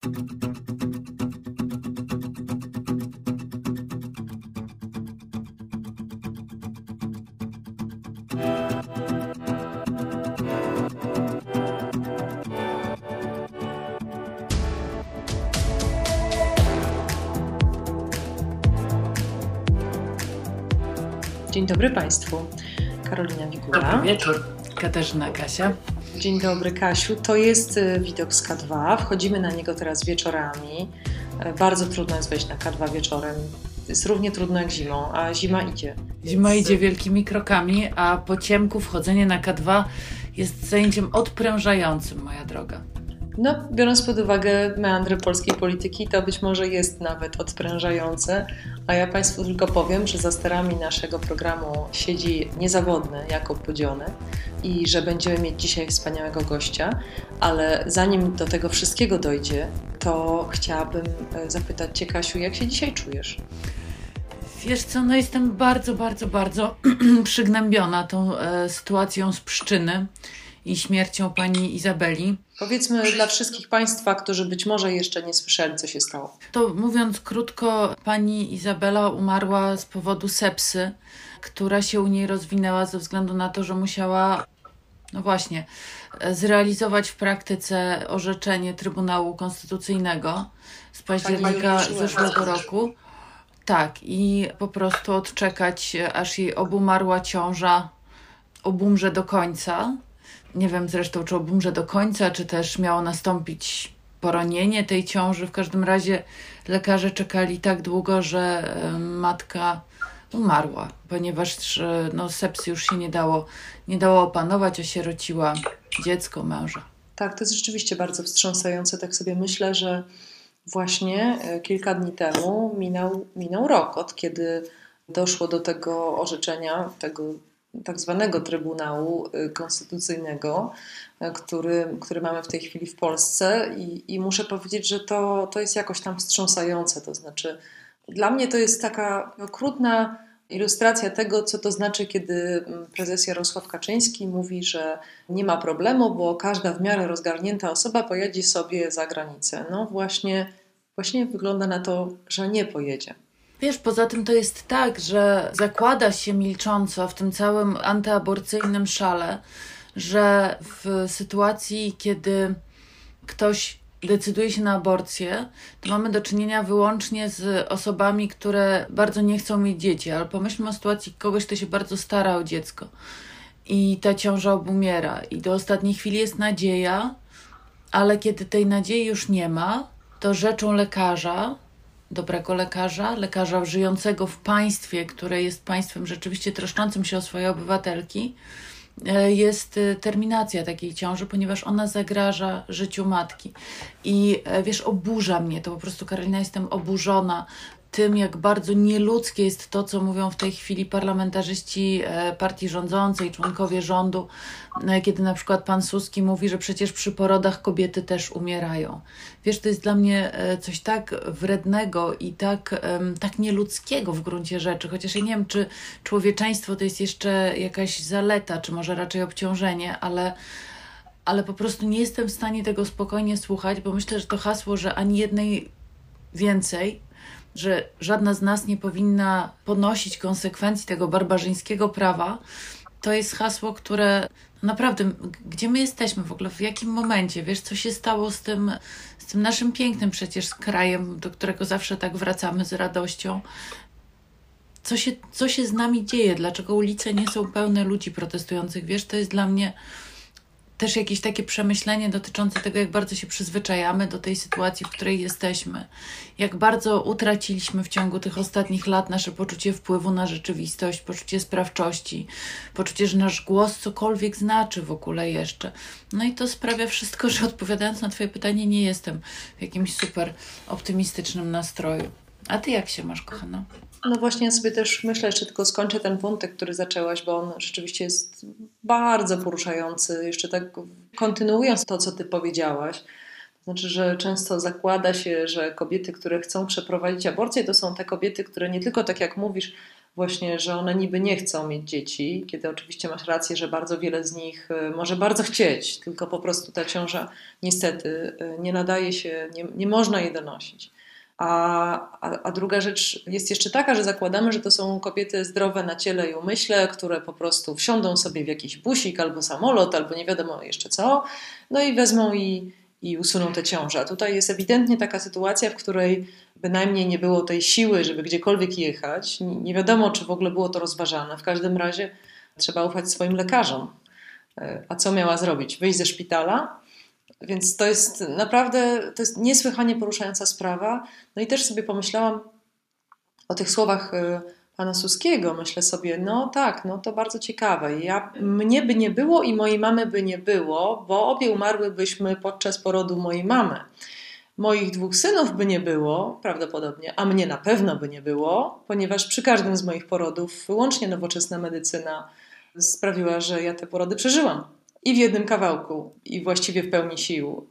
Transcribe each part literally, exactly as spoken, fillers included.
Dzień dobry Państwu. Karolina Wigura. Dobry wieczór. Katarzyna Kasia. Dzień dobry Kasiu. To jest widok z K dwa. Wchodzimy na niego teraz wieczorami. Bardzo trudno jest wejść na K dwa wieczorem. Jest równie trudno jak zimą, a zima idzie. Zima Więc... idzie wielkimi krokami, a po ciemku wchodzenie na K dwa jest zajęciem odprężającym, moja droga. No, biorąc pod uwagę meandry polskiej polityki, to być może jest nawet odprężające, a ja Państwu tylko powiem, że za sterami naszego programu siedzi niezawodny Jakub Bodzionek i że będziemy mieć dzisiaj wspaniałego gościa, ale zanim do tego wszystkiego dojdzie, to chciałabym zapytać Cię, Kasiu, jak się dzisiaj czujesz? Wiesz co, no jestem bardzo, bardzo, bardzo przygnębiona tą e, sytuacją z Pszczyny i śmiercią pani Izabeli. Powiedzmy dla wszystkich Państwa, którzy być może jeszcze nie słyszeli, co się stało. To mówiąc krótko, pani Izabela umarła z powodu sepsy, która się u niej rozwinęła ze względu na to, że musiała, no właśnie, zrealizować w praktyce orzeczenie Trybunału Konstytucyjnego z października zeszłego roku. Tak, i po prostu odczekać, aż jej obumarła ciąża obumrze do końca. Nie wiem zresztą, czy obumrze do końca, czy też miało nastąpić poronienie tej ciąży. W każdym razie lekarze czekali tak długo, że matka umarła, ponieważ no, sepsy już się nie dało, nie dało opanować, osierociła dziecko, męża. Tak, to jest rzeczywiście bardzo wstrząsające. Tak sobie myślę, że właśnie kilka dni temu minął, minął rok, od kiedy doszło do tego orzeczenia, tego tak zwanego Trybunału Konstytucyjnego, który, który mamy w tej chwili w Polsce i, i muszę powiedzieć, że to, to jest jakoś tam wstrząsające. To znaczy, dla mnie to jest taka okrutna ilustracja tego, co to znaczy, kiedy prezes Jarosław Kaczyński mówi, że nie ma problemu, bo każda w miarę rozgarnięta osoba pojedzie sobie za granicę. No właśnie, właśnie wygląda na to, że nie pojedzie. Wiesz, poza tym to jest tak, że zakłada się milcząco w tym całym antyaborcyjnym szale, że w sytuacji, kiedy ktoś decyduje się na aborcję, to mamy do czynienia wyłącznie z osobami, które bardzo nie chcą mieć dzieci, ale pomyślmy o sytuacji kogoś, kto się bardzo stara o dziecko i ta ciąża obumiera i do ostatniej chwili jest nadzieja, ale kiedy tej nadziei już nie ma, to rzeczą lekarza, dobrego lekarza, lekarza żyjącego w państwie, które jest państwem rzeczywiście troszczącym się o swoje obywatelki, jest terminacja takiej ciąży, ponieważ ona zagraża życiu matki. I wiesz, oburza mnie to po prostu, Karolina, jestem oburzona tym, jak bardzo nieludzkie jest to, co mówią w tej chwili parlamentarzyści partii rządzącej, członkowie rządu, kiedy na przykład pan Suski mówi, że przecież przy porodach kobiety też umierają. Wiesz, to jest dla mnie coś tak wrednego i tak, tak nieludzkiego w gruncie rzeczy, chociaż ja nie wiem, czy człowieczeństwo to jest jeszcze jakaś zaleta, czy może raczej obciążenie, ale, ale po prostu nie jestem w stanie tego spokojnie słuchać, bo myślę, że to hasło, że ani jednej więcej, że żadna z nas nie powinna ponosić konsekwencji tego barbarzyńskiego prawa, to jest hasło, które naprawdę, gdzie my jesteśmy w ogóle, w jakim momencie, wiesz, co się stało z tym, z tym naszym pięknym przecież krajem, do którego zawsze tak wracamy z radością. Co się, co się z nami dzieje? Dlaczego ulice nie są pełne ludzi protestujących? Wiesz, to jest dla mnie też jakieś takie przemyślenie dotyczące tego, jak bardzo się przyzwyczajamy do tej sytuacji, w której jesteśmy. Jak bardzo utraciliśmy w ciągu tych ostatnich lat nasze poczucie wpływu na rzeczywistość, poczucie sprawczości, poczucie, że nasz głos cokolwiek znaczy w ogóle jeszcze. No i to sprawia wszystko, że odpowiadając na twoje pytanie, nie jestem w jakimś super optymistycznym nastroju. A ty jak się masz, kochana? No właśnie, ja sobie też myślę, jeszcze tylko skończę ten wątek, który zaczęłaś, bo on rzeczywiście jest bardzo poruszający. Jeszcze tak kontynuując to, co ty powiedziałaś, to znaczy, że często zakłada się, że kobiety, które chcą przeprowadzić aborcję, to są te kobiety, które nie tylko, tak jak mówisz, właśnie, że one niby nie chcą mieć dzieci, kiedy oczywiście masz rację, że bardzo wiele z nich może bardzo chcieć, tylko po prostu ta ciąża niestety nie nadaje się, nie, nie można jej donosić. A, a, a druga rzecz jest jeszcze taka, że zakładamy, że to są kobiety zdrowe na ciele i umyśle, które po prostu wsiądą sobie w jakiś busik albo samolot, albo nie wiadomo jeszcze co, no i wezmą i, i usuną tę ciążę. A tutaj jest ewidentnie taka sytuacja, w której bynajmniej nie było tej siły, żeby gdziekolwiek jechać. Nie wiadomo, czy w ogóle było to rozważane. W każdym razie trzeba ufać swoim lekarzom. A co miała zrobić? Wyjść ze szpitala? Więc to jest naprawdę, to jest niesłychanie poruszająca sprawa. No i też sobie pomyślałam o tych słowach pana Suskiego. Myślę sobie, no tak, no to bardzo ciekawe. Ja, mnie by nie było i mojej mamy by nie było, bo obie umarłybyśmy podczas porodu mojej mamy. Moich dwóch synów by nie było, prawdopodobnie, a mnie na pewno by nie było, ponieważ przy każdym z moich porodów wyłącznie nowoczesna medycyna sprawiła, że ja te porody przeżyłam. I w jednym kawałku, i właściwie w pełni sił.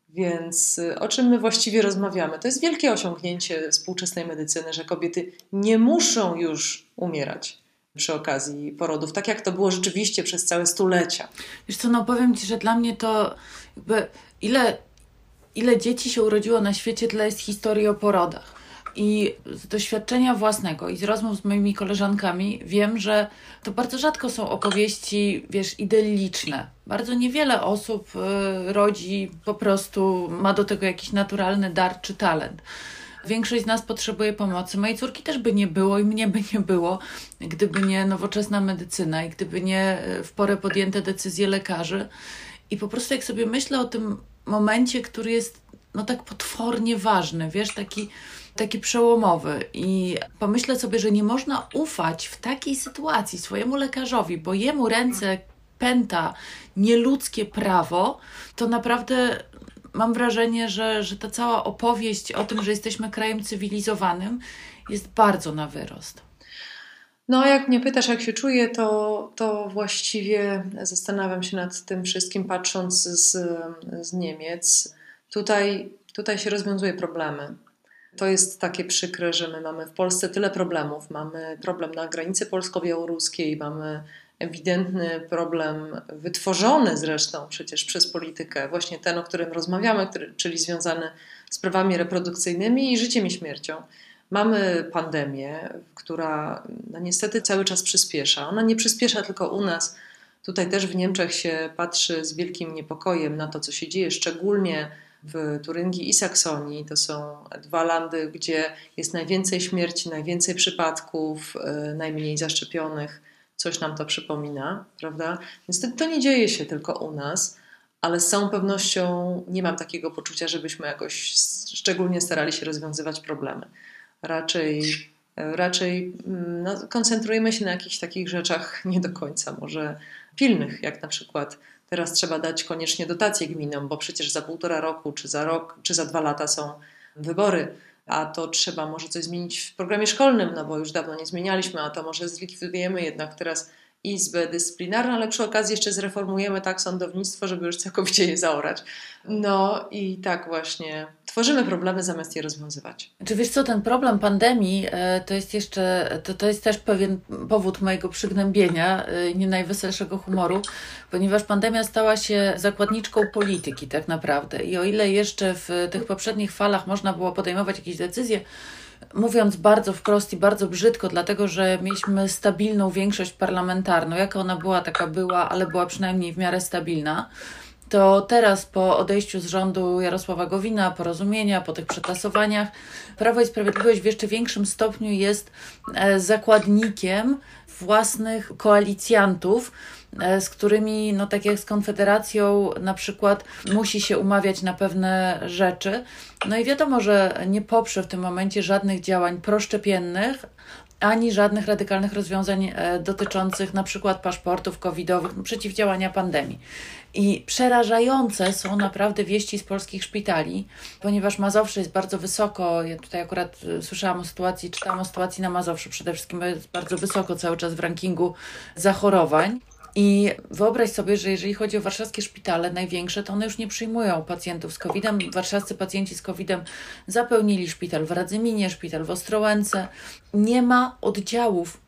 Więc o czym my właściwie rozmawiamy? To jest wielkie osiągnięcie współczesnej medycyny, że kobiety nie muszą już umierać przy okazji porodów, tak jak to było rzeczywiście przez całe stulecia. Wiesz co, no powiem Ci, że dla mnie to jakby ile, ile dzieci się urodziło na świecie, tyle jest historii o porodach. I z doświadczenia własnego i z rozmów z moimi koleżankami wiem, że to bardzo rzadko są opowieści, wiesz, idylliczne. Bardzo niewiele osób y, rodzi, po prostu ma do tego jakiś naturalny dar czy talent. Większość z nas potrzebuje pomocy. Mojej córki też by nie było i mnie by nie było, gdyby nie nowoczesna medycyna i gdyby nie w porę podjęte decyzje lekarzy. I po prostu jak sobie myślę o tym momencie, który jest no tak potwornie ważny, wiesz, taki taki przełomowy i pomyślę sobie, że nie można ufać w takiej sytuacji swojemu lekarzowi, bo jemu ręce pęta nieludzkie prawo, to naprawdę mam wrażenie, że, że ta cała opowieść o tym, że jesteśmy krajem cywilizowanym jest bardzo na wyrost. No, jak mnie pytasz, jak się czuję, to, to właściwie zastanawiam się nad tym wszystkim, patrząc z, z Niemiec. Tutaj, tutaj się rozwiązuje problemy. To jest takie przykre, że my mamy w Polsce tyle problemów. Mamy problem na granicy polsko-białoruskiej, mamy ewidentny problem wytworzony zresztą przecież przez politykę, właśnie ten, o którym rozmawiamy, który, czyli związany z prawami reprodukcyjnymi i życiem i śmiercią. Mamy pandemię, która no niestety cały czas przyspiesza. Ona nie przyspiesza tylko u nas. Tutaj też w Niemczech się patrzy z wielkim niepokojem na to, co się dzieje, szczególnie w Turyngii i Saksonii. To są dwa landy, gdzie jest najwięcej śmierci, najwięcej przypadków, najmniej zaszczepionych. Coś nam to przypomina, prawda? Więc to, to nie dzieje się tylko u nas, ale z całą pewnością nie mam takiego poczucia, żebyśmy jakoś szczególnie starali się rozwiązywać problemy. Raczej, raczej no, koncentrujemy się na jakichś takich rzeczach nie do końca może pilnych, jak na przykład teraz trzeba dać koniecznie dotacje gminom, bo przecież za półtora roku, czy za rok, czy za dwa lata są wybory, a to trzeba może coś zmienić w programie szkolnym, no bo już dawno nie zmienialiśmy, a to może zlikwidujemy jednak teraz Izbę Dyscyplinarną, ale przy okazji jeszcze zreformujemy tak sądownictwo, żeby już całkowicie je zaorać. No i tak właśnie tworzymy problemy zamiast je rozwiązywać. Czy wiesz co, ten problem pandemii to jest jeszcze, to, to jest też pewien powód mojego przygnębienia, nie najweselszego humoru, ponieważ pandemia stała się zakładniczką polityki tak naprawdę i o ile jeszcze w tych poprzednich falach można było podejmować jakieś decyzje, mówiąc bardzo wprost i bardzo brzydko, dlatego że mieliśmy stabilną większość parlamentarną, jaka ona była, taka była, ale była przynajmniej w miarę stabilna, to teraz po odejściu z rządu Jarosława Gowina, porozumienia, po tych przetasowaniach, Prawo i Sprawiedliwość w jeszcze większym stopniu jest zakładnikiem własnych koalicjantów, z którymi, no tak jak z Konfederacją na przykład, musi się umawiać na pewne rzeczy. No i wiadomo, że nie poprze w tym momencie żadnych działań proszczepiennych, ani żadnych radykalnych rozwiązań dotyczących na przykład paszportów covidowych, przeciwdziałania pandemii. I przerażające są naprawdę wieści z polskich szpitali, ponieważ Mazowsze jest bardzo wysoko, ja tutaj akurat słyszałam o sytuacji, czytałam o sytuacji na Mazowszu przede wszystkim, jest bardzo wysoko cały czas w rankingu zachorowań. I wyobraź sobie, że jeżeli chodzi o warszawskie szpitale największe, to one już nie przyjmują pacjentów z kowidem. Warszawscy pacjenci z kowidem zapełnili szpital w Radzyminie, szpital w Ostrołęce. Nie ma oddziałów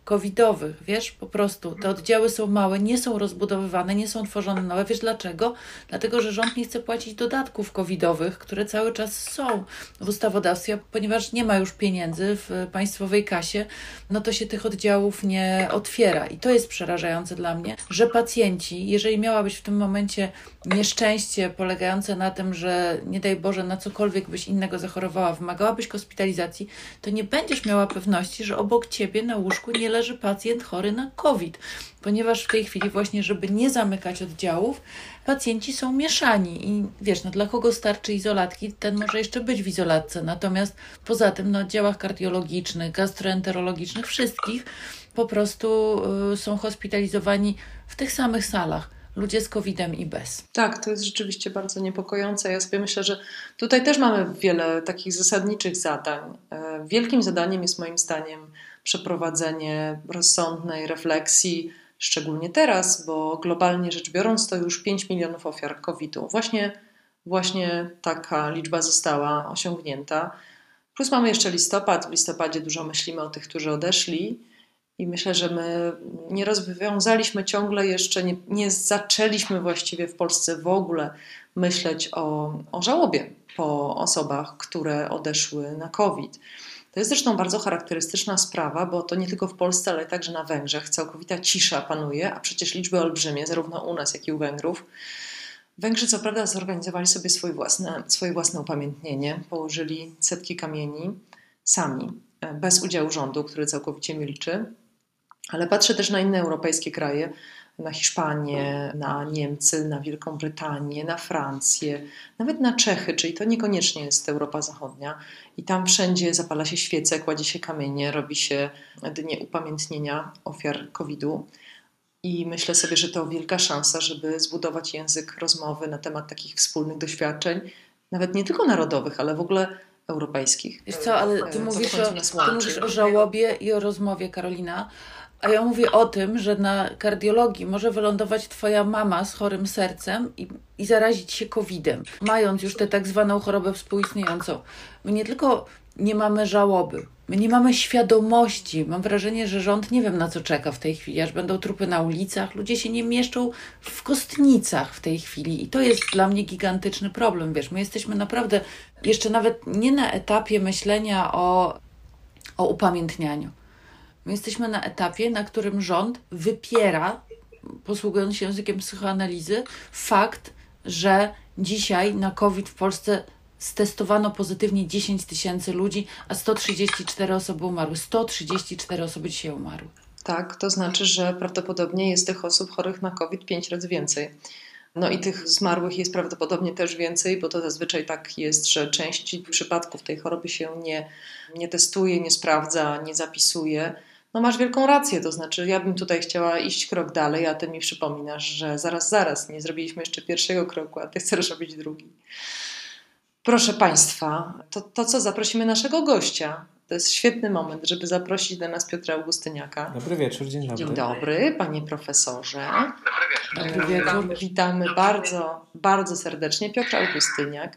covidowych, wiesz, po prostu te oddziały są małe, nie są rozbudowywane, nie są tworzone nowe. Wiesz dlaczego? Dlatego, że rząd nie chce płacić dodatków covidowych, które cały czas są w ustawodawstwie, ponieważ nie ma już pieniędzy w państwowej kasie, no to się tych oddziałów nie otwiera. I to jest przerażające dla mnie, że pacjenci, jeżeli miała być w tym momencie nieszczęście polegające na tym, że nie daj Boże na cokolwiek byś innego zachorowała, wymagałabyś hospitalizacji, to nie będziesz miała pewności, że obok ciebie na łóżku nie leży pacjent chory na COVID, ponieważ w tej chwili właśnie, żeby nie zamykać oddziałów, pacjenci są mieszani i wiesz, no dla kogo starczy izolatki, ten może jeszcze być w izolatce, natomiast poza tym na oddziałach kardiologicznych, gastroenterologicznych, wszystkich po prostu y, są hospitalizowani w tych samych salach ludzie z kowidem i bez. Tak, to jest rzeczywiście bardzo niepokojące. Ja sobie myślę, że tutaj też mamy wiele takich zasadniczych zadań. Wielkim zadaniem jest moim zdaniem przeprowadzenie rozsądnej refleksji, szczególnie teraz, bo globalnie rzecz biorąc to już pięć milionów ofiar kowida. Właśnie, właśnie taka liczba została osiągnięta. Plus mamy jeszcze listopad. W listopadzie dużo myślimy o tych, którzy odeszli. I myślę, że my nie rozwiązaliśmy ciągle jeszcze, nie, nie zaczęliśmy właściwie w Polsce w ogóle myśleć o, o żałobie po osobach, które odeszły na COVID. To jest zresztą bardzo charakterystyczna sprawa, bo to nie tylko w Polsce, ale także na Węgrzech całkowita cisza panuje, a przecież liczby olbrzymie, zarówno u nas, jak i u Węgrów. Węgrzy co prawda zorganizowali sobie swoje własne, swoje własne upamiętnienie, położyli setki kamieni sami, bez udziału rządu, który całkowicie milczy. Ale patrzę też na inne europejskie kraje, na Hiszpanię, na Niemcy, na Wielką Brytanię, na Francję, nawet na Czechy, czyli to niekoniecznie jest Europa Zachodnia. I tam wszędzie zapala się świece, kładzie się kamienie, robi się dnie upamiętnienia ofiar kowidu. I myślę sobie, że to wielka szansa, żeby zbudować język rozmowy na temat takich wspólnych doświadczeń, nawet nie tylko narodowych, ale w ogóle europejskich. Wiesz co, ale ty mówisz o, ty mówisz o żałobie i o rozmowie, Karolina, a ja mówię o tym, że na kardiologii może wylądować twoja mama z chorym sercem i, i zarazić się kowidem, mając już tę tak zwaną chorobę współistniejącą. My nie tylko nie mamy żałoby, my nie mamy świadomości. Mam wrażenie, że rząd nie wiem na co czeka w tej chwili, aż będą trupy na ulicach, ludzie się nie mieszczą w kostnicach w tej chwili i to jest dla mnie gigantyczny problem. Wiesz, my jesteśmy naprawdę jeszcze nawet nie na etapie myślenia o, o upamiętnianiu. My jesteśmy na etapie, na którym rząd wypiera, posługując się językiem psychoanalizy, fakt, że dzisiaj na COVID w Polsce stestowano pozytywnie dziesięć tysięcy ludzi, a sto trzydzieści cztery osoby umarły. sto trzydzieści cztery osoby dzisiaj umarły. Tak, to znaczy, że prawdopodobnie jest tych osób chorych na COVID pięć razy więcej. No i tych zmarłych jest prawdopodobnie też więcej, bo to zazwyczaj tak jest, że część przypadków tej choroby się nie, nie testuje, nie sprawdza, nie zapisuje. No masz wielką rację, to znaczy ja bym tutaj chciała iść krok dalej, a ty mi przypominasz, że zaraz, zaraz, nie zrobiliśmy jeszcze pierwszego kroku, a ty chcesz robić drugi. Proszę Państwa, to, to co, zaprosimy naszego gościa. To jest świetny moment, żeby zaprosić do nas Piotra Augustyniaka. Dobry wieczór, dzień dobry. Dzień dobry, panie profesorze. Dobry wieczór. Witamy bardzo, bardzo serdecznie. Piotr Augustyniak.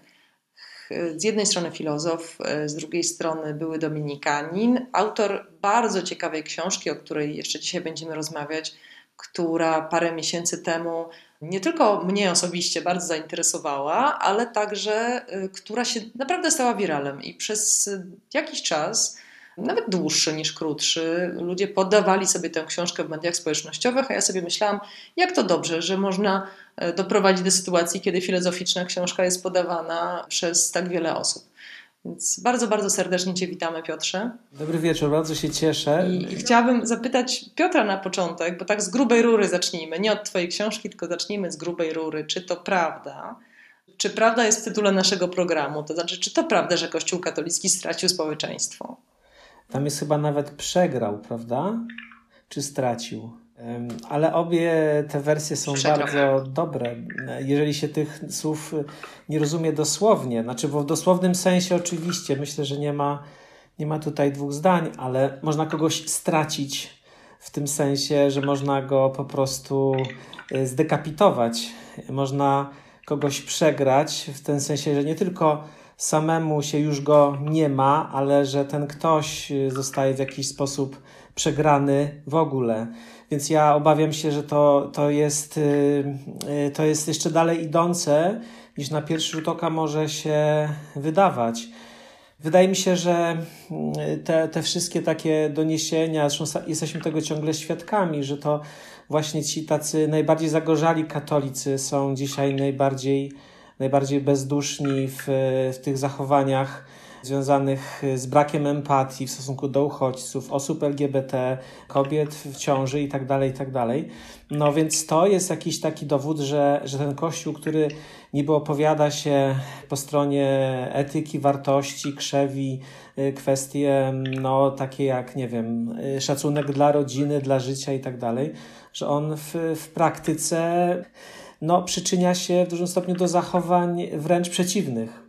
Z jednej strony filozof, z drugiej strony były dominikanin, autor bardzo ciekawej książki, o której jeszcze dzisiaj będziemy rozmawiać, która parę miesięcy temu nie tylko mnie osobiście bardzo zainteresowała, ale także która się naprawdę stała wiralem i przez jakiś czas, nawet dłuższy niż krótszy, ludzie poddawali sobie tę książkę w mediach społecznościowych, a ja sobie myślałam, jak to dobrze, że można doprowadzić do sytuacji, kiedy filozoficzna książka jest podawana przez tak wiele osób. Więc bardzo, bardzo serdecznie Cię witamy, Piotrze. Dobry wieczór, bardzo się cieszę. I, I chciałabym zapytać Piotra na początek, bo tak z grubej rury zacznijmy. Nie od Twojej książki, tylko zacznijmy z grubej rury. Czy to prawda? Czy prawda jest w tytule naszego programu? To znaczy, czy to prawda, że Kościół katolicki stracił społeczeństwo? Tam jest chyba nawet przegrał, prawda? Czy stracił? Ale obie te wersje są Przegrał. bardzo dobre, jeżeli się tych słów nie rozumie dosłownie. Znaczy, bo w dosłownym sensie oczywiście myślę, że nie ma, nie ma tutaj dwóch zdań, ale można kogoś stracić w tym sensie, że można go po prostu zdekapitować. Można kogoś przegrać w tym sensie, że nie tylko samemu się już go nie ma, ale że ten ktoś zostaje w jakiś sposób przegrany w ogóle. Więc ja obawiam się, że to, to, jest, to jest jeszcze dalej idące, niż na pierwszy rzut oka może się wydawać. Wydaje mi się, że te, te wszystkie takie doniesienia, zresztą jesteśmy tego ciągle świadkami, że to właśnie ci tacy najbardziej zagorzali katolicy są dzisiaj najbardziej, najbardziej bezduszni w, w tych zachowaniach związanych z brakiem empatii w stosunku do uchodźców, osób L G B T, kobiet w ciąży i tak dalej, i tak dalej. No więc to jest jakiś taki dowód, że, że ten Kościół, który niby opowiada się po stronie etyki, wartości, krzewi kwestie no takie jak, nie wiem, szacunek dla rodziny, dla życia i tak dalej, że on w, w praktyce no, przyczynia się w dużym stopniu do zachowań wręcz przeciwnych.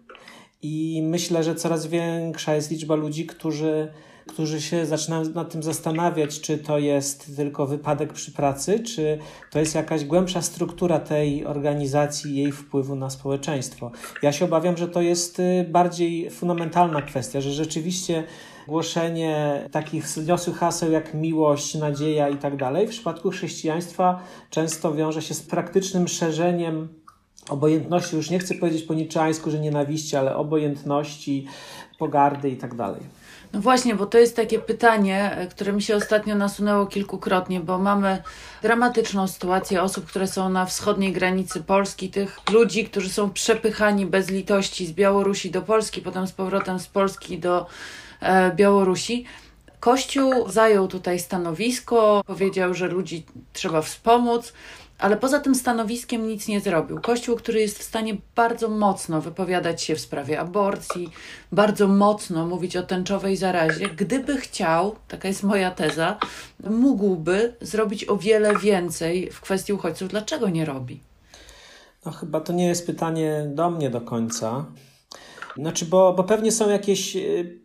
I myślę, że coraz większa jest liczba ludzi, którzy, którzy się zaczynają nad tym zastanawiać, czy to jest tylko wypadek przy pracy, czy to jest jakaś głębsza struktura tej organizacji i jej wpływu na społeczeństwo. Ja się obawiam, że to jest bardziej fundamentalna kwestia, że rzeczywiście głoszenie takich wzniosłych haseł jak miłość, nadzieja i tak dalej w przypadku chrześcijaństwa często wiąże się z praktycznym szerzeniem obojętności, już nie chcę powiedzieć po niczeańsku, że nienawiści, ale obojętności, pogardy i tak dalej. No właśnie, bo to jest takie pytanie, które mi się ostatnio nasunęło kilkukrotnie, bo mamy dramatyczną sytuację osób, które są na wschodniej granicy Polski, tych ludzi, którzy są przepychani bez litości z Białorusi do Polski, potem z powrotem z Polski do e, Białorusi. Kościół zajął tutaj stanowisko, powiedział, że ludzi trzeba wspomóc, ale poza tym stanowiskiem nic nie zrobił. Kościół, który jest w stanie bardzo mocno wypowiadać się w sprawie aborcji, bardzo mocno mówić o tęczowej zarazie, gdyby chciał, taka jest moja teza, mógłby zrobić o wiele więcej w kwestii uchodźców. Dlaczego nie robi? No chyba to nie jest pytanie do mnie do końca. Znaczy, bo, bo pewnie są jakieś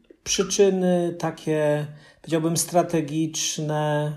przyczyny takie, powiedziałbym, strategiczne,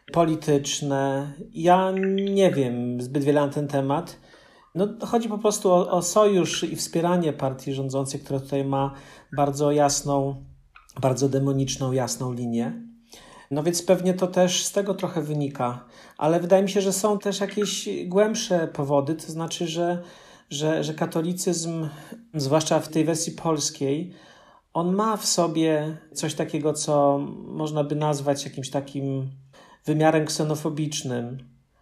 polityczne. Ja nie wiem zbyt wiele na ten temat. No, chodzi po prostu o, o sojusz i wspieranie partii rządzącej, która tutaj ma bardzo jasną, bardzo demoniczną, jasną linię. No więc pewnie to też z tego trochę wynika. Ale wydaje mi się, że są też jakieś głębsze powody, to znaczy, że, że, że katolicyzm, zwłaszcza w tej wersji polskiej, on ma w sobie coś takiego, co można by nazwać jakimś takim wymiarem ksenofobicznym.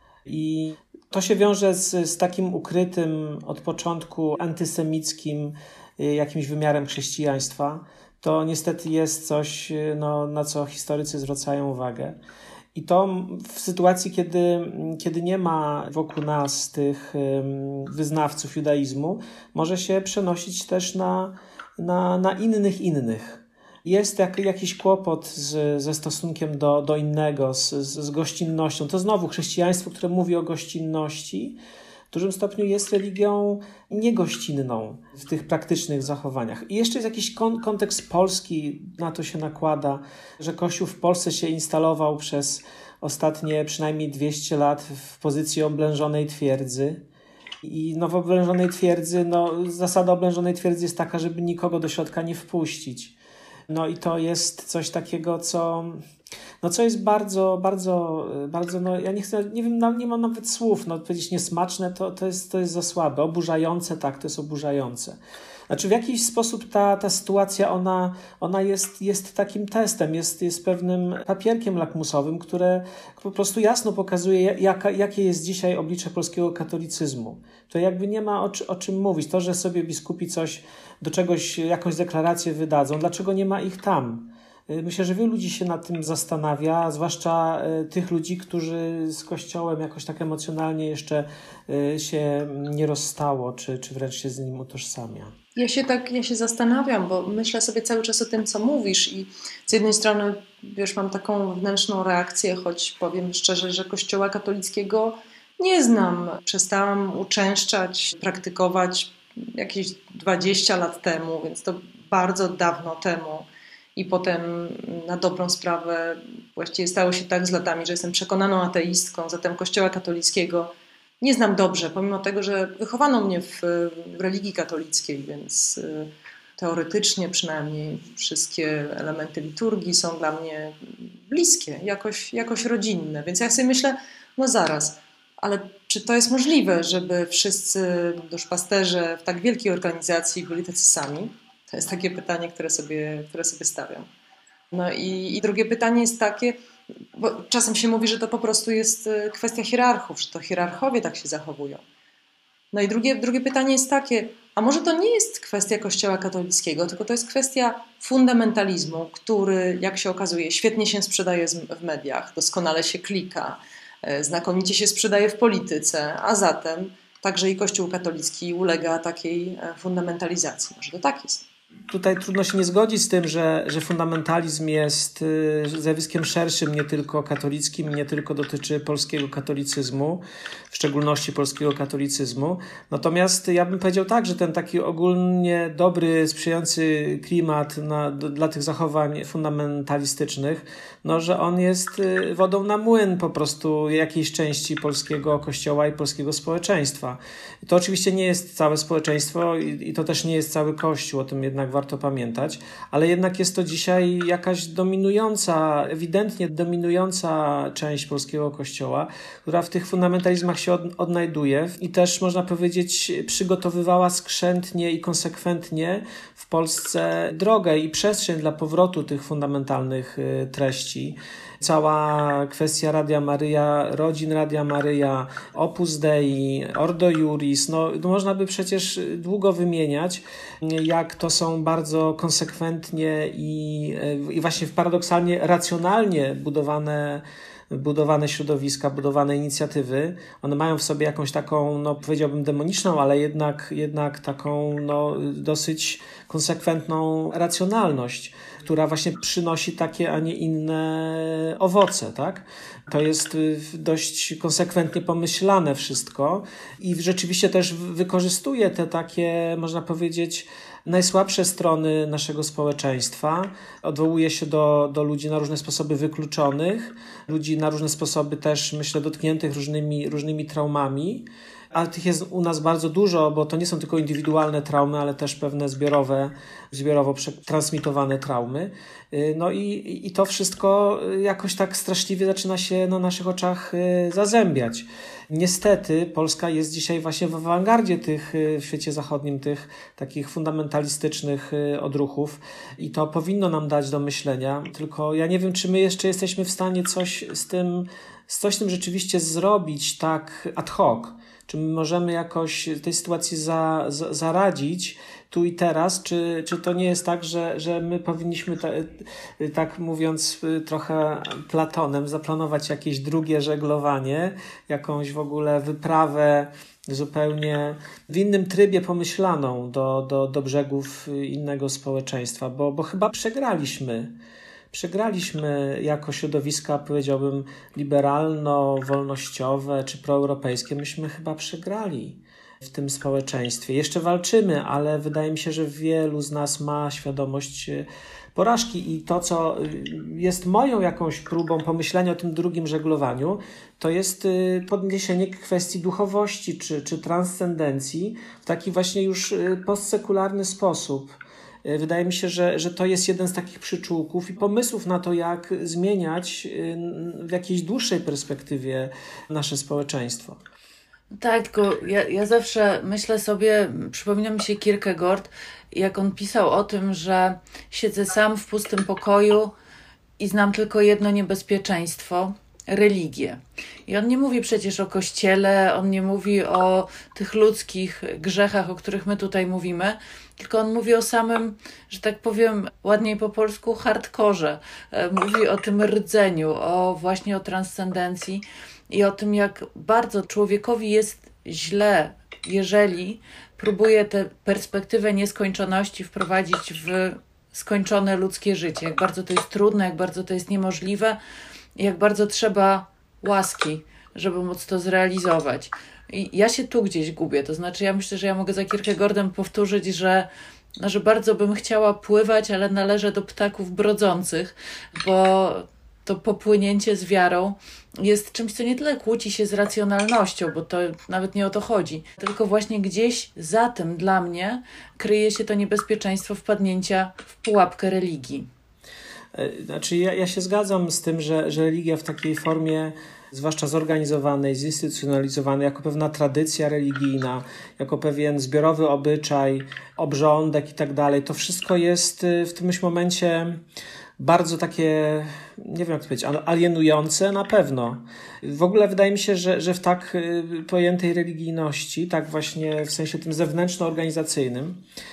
I to się wiąże z, z takim ukrytym od początku antysemickim jakimś wymiarem chrześcijaństwa. To niestety jest coś, no, na co historycy zwracają uwagę. I to w sytuacji, kiedy, kiedy nie ma wokół nas tych wyznawców judaizmu, może się przenosić też na, na, na innych innych. Jest jak, jakiś kłopot z, ze stosunkiem do, do innego, z, z gościnnością. To znowu chrześcijaństwo, które mówi o gościnności, w dużym stopniu jest religią niegościnną w tych praktycznych zachowaniach. I jeszcze jest jakiś kon, kontekst polski, na to się nakłada, że Kościół w Polsce się instalował przez ostatnie przynajmniej dwieście lat w pozycji oblężonej twierdzy. I no w oblężonej twierdzy, no zasada oblężonej twierdzy jest taka, żeby nikogo do środka nie wpuścić. No i to jest coś takiego, co, no co jest bardzo, bardzo, bardzo, no ja nie chcę, nie wiem, nie mam nawet słów, no powiedzieć niesmaczne, to, to, jest, to jest za słabe. Oburzające, tak, to jest oburzające. Znaczy w jakiś sposób ta, ta sytuacja, ona, ona jest, jest takim testem, jest, jest pewnym papierkiem lakmusowym, które po prostu jasno pokazuje, jaka, jakie jest dzisiaj oblicze polskiego katolicyzmu. To jakby nie ma o, o czym mówić. To, że sobie biskupi coś, do czegoś, jakąś deklarację wydadzą, dlaczego nie ma ich tam? Myślę, że wielu ludzi się nad tym zastanawia, zwłaszcza tych ludzi, którzy z Kościołem jakoś tak emocjonalnie jeszcze się nie rozstało, czy, czy wręcz się z nim utożsamia. Ja się tak, ja się zastanawiam, bo myślę sobie cały czas o tym, co mówisz i z jednej strony, wiesz, mam taką wewnętrzną reakcję, choć powiem szczerze, że Kościoła katolickiego nie znam. Przestałam uczęszczać, praktykować jakieś dwadzieścia lat temu, więc to bardzo dawno temu. I potem na dobrą sprawę właściwie stało się tak z latami, że jestem przekonaną ateistką, zatem Kościoła katolickiego nie znam dobrze, pomimo tego, że wychowano mnie w, w religii katolickiej, więc teoretycznie przynajmniej wszystkie elementy liturgii są dla mnie bliskie, jakoś, jakoś rodzinne. Więc ja sobie myślę, no zaraz, ale czy to jest możliwe, żeby wszyscy duszpasterze w tak wielkiej organizacji byli tacy sami? To jest takie pytanie, które sobie, które sobie stawiam. No i, i drugie pytanie jest takie, bo czasem się mówi, że to po prostu jest kwestia hierarchów, że to hierarchowie tak się zachowują. No i drugie, drugie pytanie jest takie, a może to nie jest kwestia Kościoła katolickiego, tylko to jest kwestia fundamentalizmu, który, jak się okazuje, świetnie się sprzedaje w mediach, doskonale się klika, znakomicie się sprzedaje w polityce, a zatem także i Kościół katolicki ulega takiej fundamentalizacji. Może to tak jest. Tutaj trudno się nie zgodzić z tym, że, że fundamentalizm jest zjawiskiem szerszym, nie tylko katolickim, nie tylko dotyczy polskiego katolicyzmu, w szczególności polskiego katolicyzmu. Natomiast ja bym powiedział tak, że ten taki ogólnie dobry, sprzyjający klimat na, do, dla tych zachowań fundamentalistycznych, no, że on jest wodą na młyn po prostu jakiejś części polskiego kościoła i polskiego społeczeństwa. To oczywiście nie jest całe społeczeństwo i, i to też nie jest cały kościół, o tym jednak warto pamiętać, ale jednak jest to dzisiaj jakaś dominująca, ewidentnie dominująca część polskiego kościoła, która w tych fundamentalizmach się od, odnajduje i też można powiedzieć przygotowywała skrzętnie i konsekwentnie w Polsce drogę i przestrzeń dla powrotu tych fundamentalnych treści. Cała kwestia Radia Maryja, rodzin Radia Maryja, Opus Dei, Ordo Iuris, no, no można by przecież długo wymieniać, jak to są bardzo konsekwentnie i, i właśnie paradoksalnie racjonalnie budowane budowane środowiska, budowane inicjatywy. One mają w sobie jakąś taką, no powiedziałbym demoniczną, ale jednak, jednak taką no, dosyć konsekwentną racjonalność, która właśnie przynosi takie, a nie inne owoce, tak? To jest dość konsekwentnie pomyślane wszystko i rzeczywiście też wykorzystuje te takie, można powiedzieć, najsłabsze strony naszego społeczeństwa. Odwołuje się do, do ludzi na różne sposoby wykluczonych, ludzi na różne sposoby też, myślę, dotkniętych różnymi, różnymi traumami. Ale tych jest u nas bardzo dużo, bo to nie są tylko indywidualne traumy, ale też pewne zbiorowe, zbiorowo transmitowane traumy. No i, i to wszystko jakoś tak straszliwie zaczyna się na naszych oczach zazębiać. Niestety Polska jest dzisiaj właśnie w awangardzie tych, w świecie zachodnim, tych takich fundamentalistycznych odruchów i to powinno nam dać do myślenia. Tylko ja nie wiem, czy my jeszcze jesteśmy w stanie coś z tym, coś z tym rzeczywiście zrobić tak ad hoc. Czy my możemy jakoś tej sytuacji za, za, zaradzić tu i teraz? Czy, czy to nie jest tak, że, że my powinniśmy, ta, tak mówiąc trochę Platonem, zaplanować jakieś drugie żeglowanie, jakąś w ogóle wyprawę zupełnie w innym trybie pomyślaną do, do, do brzegów innego społeczeństwa, bo, bo chyba przegraliśmy. Przegraliśmy jako środowiska, powiedziałbym, liberalno-wolnościowe czy proeuropejskie. Myśmy chyba przegrali w tym społeczeństwie. Jeszcze walczymy, ale wydaje mi się, że wielu z nas ma świadomość porażki i to, co jest moją jakąś próbą pomyślenia o tym drugim żeglowaniu, to jest podniesienie kwestii duchowości czy, czy transcendencji w taki właśnie już postsekularny sposób. Wydaje mi się, że, że to jest jeden z takich przyczółków i pomysłów na to, jak zmieniać w jakiejś dłuższej perspektywie nasze społeczeństwo. Tak, tylko ja, ja zawsze myślę sobie, przypomina mi się Kierkegaard, jak on pisał o tym, że siedzę sam w pustym pokoju i znam tylko jedno niebezpieczeństwo, religię. I on nie mówi przecież o Kościele, on nie mówi o tych ludzkich grzechach, o których my tutaj mówimy, tylko on mówi o samym, że tak powiem ładniej po polsku, hardkorze. Mówi o tym rdzeniu, o właśnie o transcendencji i o tym, jak bardzo człowiekowi jest źle, jeżeli próbuje tę perspektywę nieskończoności wprowadzić w skończone ludzkie życie. Jak bardzo to jest trudne, jak bardzo to jest niemożliwe, jak bardzo trzeba łaski, żeby móc to zrealizować. I ja się tu gdzieś gubię, to znaczy ja myślę, że ja mogę za Kierkegaardem powtórzyć, że, no, że bardzo bym chciała pływać, ale należę do ptaków brodzących, bo to popłynięcie z wiarą jest czymś, co nie tyle kłóci się z racjonalnością, bo to nawet nie o to chodzi, tylko właśnie gdzieś za tym dla mnie kryje się to niebezpieczeństwo wpadnięcia w pułapkę religii. Znaczy ja, ja się zgadzam z tym, że, że religia w takiej formie, zwłaszcza zorganizowanej, zinstytucjonalizowanej, jako pewna tradycja religijna, jako pewien zbiorowy obyczaj, obrządek i tak dalej, to wszystko jest w którymś momencie bardzo takie, nie wiem jak to powiedzieć, alienujące na pewno. W ogóle wydaje mi się, że, że w tak pojętej religijności, tak właśnie w sensie tym zewnętrzno-organizacyjnym,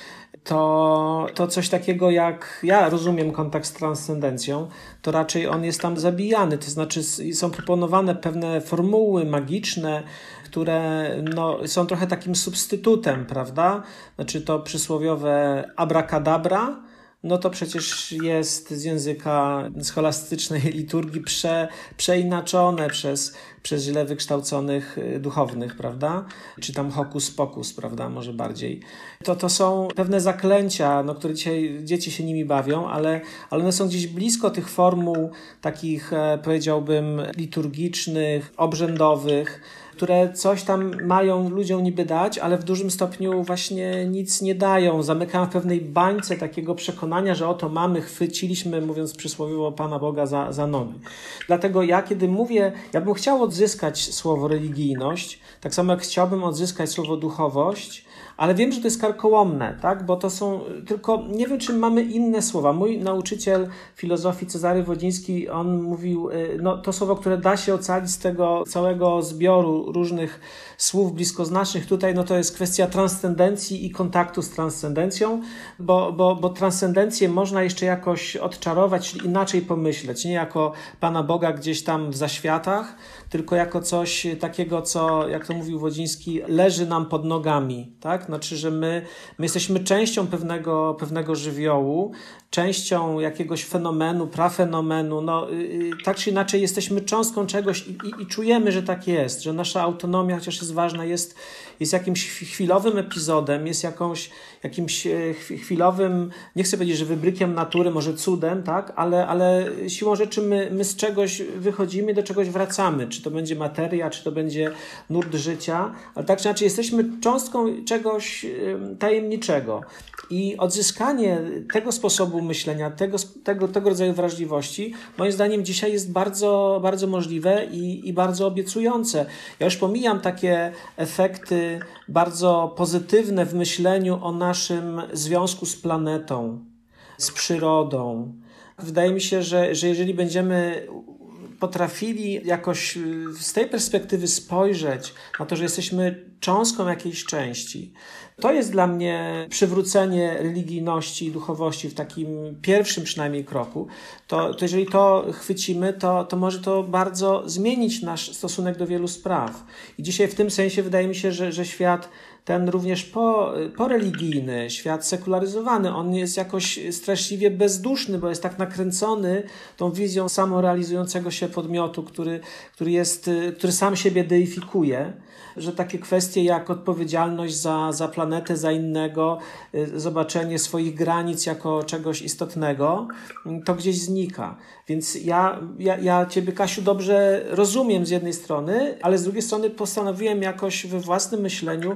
to, to coś takiego jak, ja rozumiem kontakt z transcendencją, to raczej on jest tam zabijany, to znaczy są proponowane pewne formuły magiczne, które no, są trochę takim substytutem, prawda? Znaczy to przysłowiowe abracadabra, no to przecież jest z języka scholastycznej liturgii prze, przeinaczone przez, przez źle wykształconych duchownych, prawda? Czy tam hokus pokus, prawda? Może bardziej. To, to są pewne zaklęcia, no, które dzisiaj dzieci się nimi bawią, ale, ale one są gdzieś blisko tych formuł takich, powiedziałbym, liturgicznych, obrzędowych, które coś tam mają ludziom niby dać, ale w dużym stopniu właśnie nic nie dają. Zamykają w pewnej bańce takiego przekonania, że oto mamy, chwyciliśmy, mówiąc przysłowiowo, Pana Boga za, za nogi. Dlatego ja, kiedy mówię, ja bym chciał odzyskać słowo religijność, tak samo jak chciałbym odzyskać słowo duchowość, ale wiem, że to jest karkołomne, tak? Bo to są tylko, nie wiem, czy mamy inne słowa. Mój nauczyciel filozofii Cezary Wodziński, on mówił, no to słowo, które da się ocalić z tego całego zbioru różnych słów bliskoznacznych tutaj, no to jest kwestia transcendencji i kontaktu z transcendencją, bo, bo, bo transcendencję można jeszcze jakoś odczarować, czyli inaczej pomyśleć, nie jako Pana Boga gdzieś tam w zaświatach, tylko jako coś takiego, co, jak to mówił Wodziński, leży nam pod nogami, tak? Znaczy, że my, my jesteśmy częścią pewnego, pewnego żywiołu, częścią jakiegoś fenomenu, prafenomenu, no yy, tak czy inaczej jesteśmy cząstką czegoś i, i, i czujemy, że tak jest, że nasza autonomia, chociaż jest ważna, jest, jest jakimś chwilowym epizodem, jest jakąś, jakimś chwilowym, nie chcę powiedzieć, że wybrykiem natury, może cudem, tak, ale, ale siłą rzeczy my, my z czegoś wychodzimy, do czegoś wracamy, czy to będzie materia, czy to będzie nurt życia, ale tak czy inaczej jesteśmy cząstką czegoś tajemniczego i odzyskanie tego sposobu myślenia, tego, tego, tego rodzaju wrażliwości, moim zdaniem dzisiaj jest bardzo, bardzo możliwe i, i bardzo obiecujące. Ja już pomijam takie efekty bardzo pozytywne w myśleniu o naszym związku z planetą, z przyrodą. Wydaje mi się, że, że jeżeli będziemy potrafili jakoś z tej perspektywy spojrzeć na to, że jesteśmy cząstką jakiejś części, to jest dla mnie przywrócenie religijności i duchowości w takim pierwszym przynajmniej kroku, to, to jeżeli to chwycimy, to, to może to bardzo zmienić nasz stosunek do wielu spraw. I dzisiaj w tym sensie wydaje mi się, że, że świat ten również po, poreligijny, świat sekularyzowany, on jest jakoś straszliwie bezduszny, bo jest tak nakręcony tą wizją samorealizującego się podmiotu, który, który, jest, który sam siebie deifikuje, że takie kwestie jak odpowiedzialność za, za planetę, za innego, zobaczenie swoich granic jako czegoś istotnego, to gdzieś znika. Więc ja, ja, ja Ciebie, Kasiu, dobrze rozumiem z jednej strony, ale z drugiej strony postanowiłem jakoś we własnym myśleniu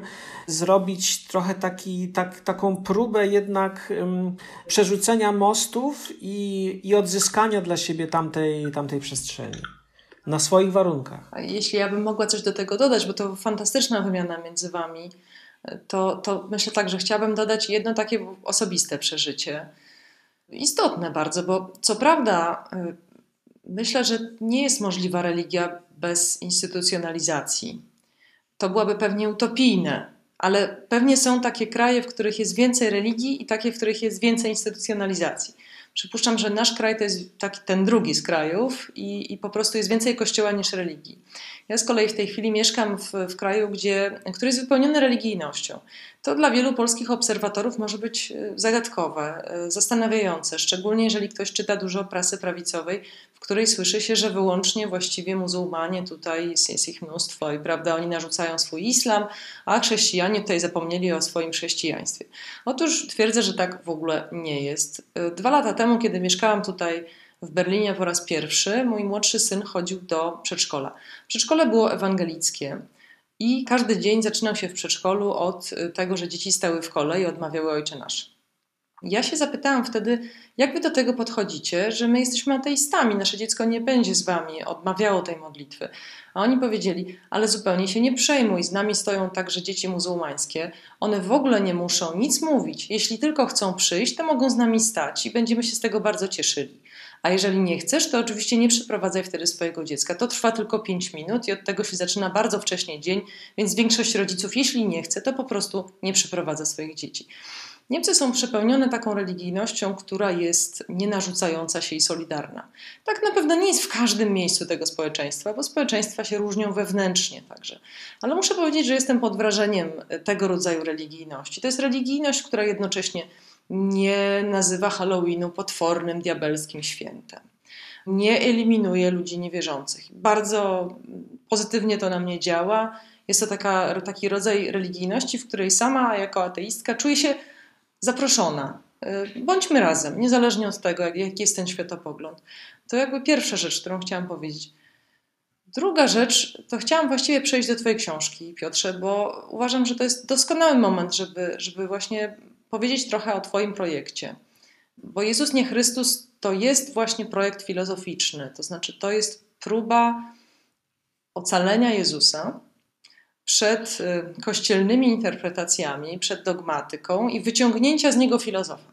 zrobić trochę taki, tak, taką próbę jednak um, przerzucenia mostów i, i odzyskania dla siebie tamtej, tamtej przestrzeni. Na swoich warunkach. A jeśli ja bym mogła coś do tego dodać, bo to fantastyczna wymiana między wami, to, to myślę tak, że chciałabym dodać jedno takie osobiste przeżycie. Istotne bardzo, bo co prawda myślę, że nie jest możliwa religia bez instytucjonalizacji. To byłoby pewnie utopijne, ale pewnie są takie kraje, w których jest więcej religii i takie, w których jest więcej instytucjonalizacji. Przypuszczam, że nasz kraj to jest taki, ten drugi z krajów i, i po prostu jest więcej kościoła niż religii. Ja z kolei w tej chwili mieszkam w, w kraju, gdzie, który jest wypełniony religijnością. To dla wielu polskich obserwatorów może być zagadkowe, zastanawiające, szczególnie jeżeli ktoś czyta dużo prasy prawicowej, w której słyszy się, że wyłącznie właściwie muzułmanie, tutaj jest, jest ich mnóstwo i prawda, oni narzucają swój islam, a chrześcijanie tutaj zapomnieli o swoim chrześcijaństwie. Otóż twierdzę, że tak w ogóle nie jest. Dwa lata temu, kiedy mieszkałam tutaj w Berlinie po raz pierwszy mój młodszy syn chodził do przedszkola. Przedszkole było ewangelickie i każdy dzień zaczynał się w przedszkolu od tego, że dzieci stały w kole i odmawiały Ojcze Nasz. Ja się zapytałam wtedy, jak wy do tego podchodzicie, że my jesteśmy ateistami, nasze dziecko nie będzie z wami odmawiało tej modlitwy. A oni powiedzieli, ale zupełnie się nie przejmuj, z nami stoją także dzieci muzułmańskie, one w ogóle nie muszą nic mówić, jeśli tylko chcą przyjść, to mogą z nami stać i będziemy się z tego bardzo cieszyli. A jeżeli nie chcesz, to oczywiście nie przyprowadzaj wtedy swojego dziecka. To trwa tylko pięć minut i od tego się zaczyna bardzo wcześnie dzień, więc większość rodziców, jeśli nie chce, to po prostu nie przyprowadza swoich dzieci. Niemcy są przepełnione taką religijnością, która jest nienarzucająca się i solidarna. Tak na pewno nie jest w każdym miejscu tego społeczeństwa, bo społeczeństwa się różnią wewnętrznie także. Ale muszę powiedzieć, że jestem pod wrażeniem tego rodzaju religijności. To jest religijność, która jednocześnie nie nazywa Halloweenu potwornym, diabelskim świętem. Nie eliminuje ludzi niewierzących. Bardzo pozytywnie to na mnie działa. Jest to taka, taki rodzaj religijności, w której sama jako ateistka czuję się zaproszona. Bądźmy razem, niezależnie od tego, jaki jest ten światopogląd. To jakby pierwsza rzecz, którą chciałam powiedzieć. Druga rzecz, to chciałam właściwie przejść do twojej książki, Piotrze, bo uważam, że to jest doskonały moment, żeby, żeby właśnie powiedzieć trochę o twoim projekcie. Bo Jezus nie Chrystus to jest właśnie projekt filozoficzny, to znaczy to jest próba ocalenia Jezusa przed kościelnymi interpretacjami, przed dogmatyką i wyciągnięcia z niego filozofa.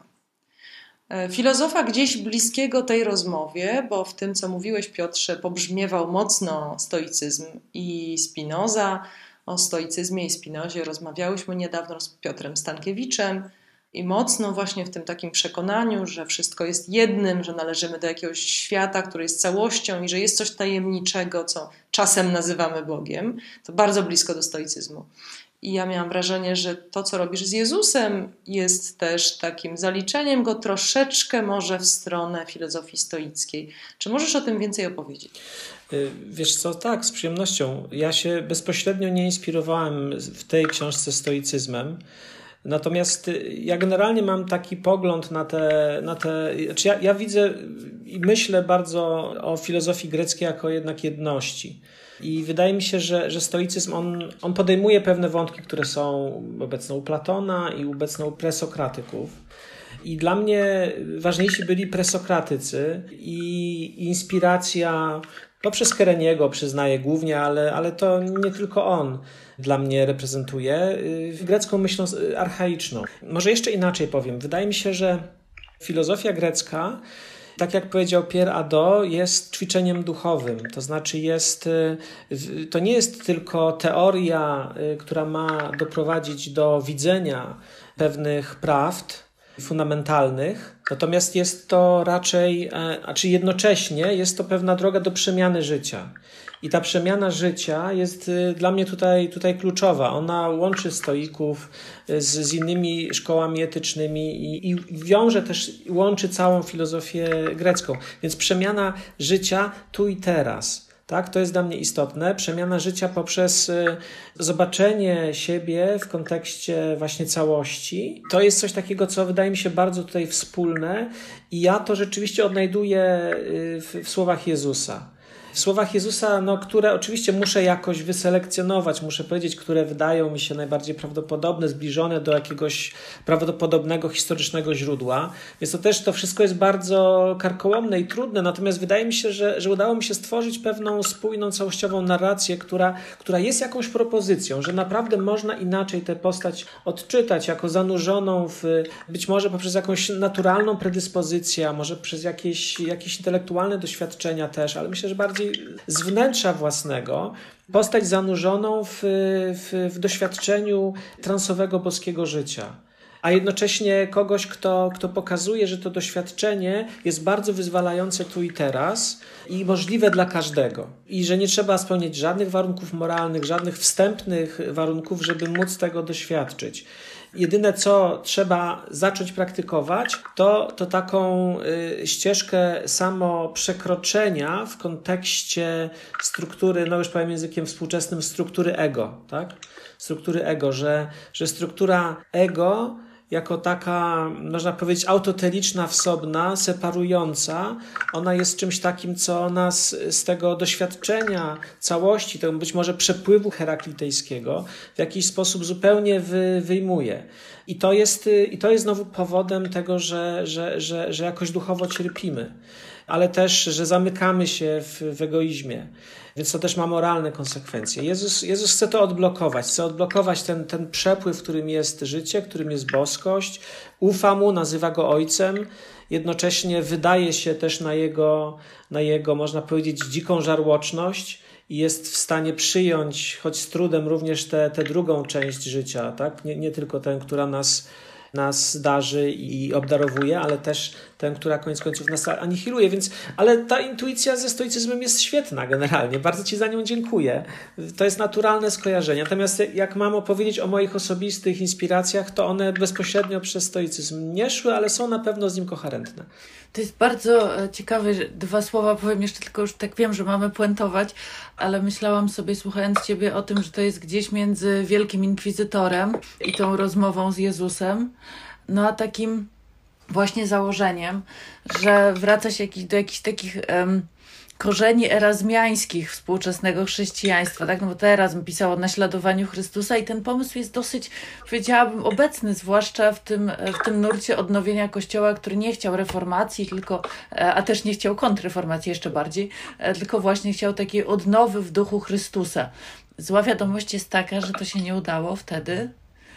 Filozofa gdzieś bliskiego tej rozmowie, bo w tym, co mówiłeś, Piotrze, pobrzmiewał mocno stoicyzm i Spinoza. O stoicyzmie i Spinozie rozmawiałyśmy niedawno z Piotrem Stankiewiczem i mocno właśnie w tym takim przekonaniu, że wszystko jest jednym, że należymy do jakiegoś świata, który jest całością i że jest coś tajemniczego, co czasem nazywamy Bogiem. To bardzo blisko do stoicyzmu. I ja miałam wrażenie, że to, co robisz z Jezusem, jest też takim zaliczeniem go troszeczkę może w stronę filozofii stoickiej. Czy możesz o tym więcej opowiedzieć? Wiesz co, tak, z przyjemnością. Ja się bezpośrednio nie inspirowałem w tej książce stoicyzmem. Natomiast ja generalnie mam taki pogląd na te... Na te znaczy ja, ja widzę i myślę bardzo o filozofii greckiej jako jednak jedności. I wydaje mi się, że, że stoicyzm on, on podejmuje pewne wątki, które są obecne u Platona i obecne u presokratyków. I dla mnie ważniejsi byli presokratycy i inspiracja poprzez Kereniego, przyznaję głównie, ale, ale to nie tylko on dla mnie reprezentuje grecką myślą archaiczną. Może jeszcze inaczej powiem. Wydaje mi się, że filozofia grecka, tak jak powiedział Pierre Hadot, jest ćwiczeniem duchowym. To znaczy jest, to nie jest tylko teoria, która ma doprowadzić do widzenia pewnych prawd fundamentalnych, natomiast jest to raczej, a czy jednocześnie jest to pewna droga do przemiany życia. I ta przemiana życia jest dla mnie tutaj, tutaj kluczowa. Ona łączy stoików z, z innymi szkołami etycznymi i, i wiąże też, łączy całą filozofię grecką. Więc przemiana życia tu i teraz. Tak, to jest dla mnie istotne. Przemiana życia poprzez zobaczenie siebie w kontekście właśnie całości. To jest coś takiego, co wydaje mi się bardzo tutaj wspólne i ja to rzeczywiście odnajduję w, w słowach Jezusa. W słowach Jezusa, no, które oczywiście muszę jakoś wyselekcjonować, muszę powiedzieć, które wydają mi się najbardziej prawdopodobne, zbliżone do jakiegoś prawdopodobnego historycznego źródła. Więc to też to wszystko jest bardzo karkołomne i trudne, natomiast wydaje mi się, że, że udało mi się stworzyć pewną spójną, całościową narrację, która, która jest jakąś propozycją, że naprawdę można inaczej tę postać odczytać, jako zanurzoną w, być może poprzez jakąś naturalną predyspozycję, a może przez jakieś, jakieś intelektualne doświadczenia też, ale myślę, że bardziej z wnętrza własnego, postać zanurzoną w, w, w doświadczeniu transowego boskiego życia. A jednocześnie kogoś, kto, kto pokazuje, że to doświadczenie jest bardzo wyzwalające tu i teraz i możliwe dla każdego. I że nie trzeba spełniać żadnych warunków moralnych, żadnych wstępnych warunków, żeby móc tego doświadczyć. Jedyne, co trzeba zacząć praktykować, to, to taką y, ścieżkę samo przekroczenia w kontekście struktury, no już powiem językiem współczesnym, struktury ego, tak? Struktury ego, że, że struktura ego jako taka, można powiedzieć, autoteliczna, wsobna, separująca, ona jest czymś takim, co nas z tego doświadczenia całości, tego być może przepływu heraklitejskiego w jakiś sposób zupełnie wy, wyjmuje. I to jest, i to jest znowu powodem tego, że, że, że, że jakoś duchowo cierpimy, ale też, że zamykamy się w, w egoizmie. Więc to też ma moralne konsekwencje. Jezus, Jezus chce to odblokować. Chce odblokować ten, ten przepływ, w którym jest życie, w którym jest boskość. Ufa Mu, nazywa Go Ojcem. Jednocześnie wydaje się też na Jego, na jego, można powiedzieć, dziką żarłoczność i jest w stanie przyjąć, choć z trudem, również tę drugą część życia, tak? Nie, nie tylko tę, która nas nas darzy i obdarowuje, ale też tę, która koniec końców nas anihiluje. Więc, ale ta intuicja ze stoicyzmem jest świetna generalnie. Bardzo Ci za nią dziękuję. To jest naturalne skojarzenie. Natomiast jak mam opowiedzieć o moich osobistych inspiracjach, to one bezpośrednio przez stoicyzm nie szły, ale są na pewno z nim koherentne. To jest bardzo ciekawe, że dwa słowa powiem jeszcze, tylko już tak wiem, że mamy puentować, ale myślałam sobie, słuchając Ciebie, o tym, że to jest gdzieś między Wielkim Inkwizytorem i tą rozmową z Jezusem, no a takim właśnie założeniem, że wraca się jakiś, do jakichś takich um, korzeni erazmiańskich współczesnego chrześcijaństwa, tak? No bo to Erazm pisał o naśladowaniu Chrystusa i ten pomysł jest dosyć, powiedziałabym, obecny, zwłaszcza w tym, w tym nurcie odnowienia Kościoła, który nie chciał reformacji, tylko, a też nie chciał kontrreformacji jeszcze bardziej, tylko właśnie chciał takiej odnowy w duchu Chrystusa. Zła wiadomość jest taka, że to się nie udało wtedy.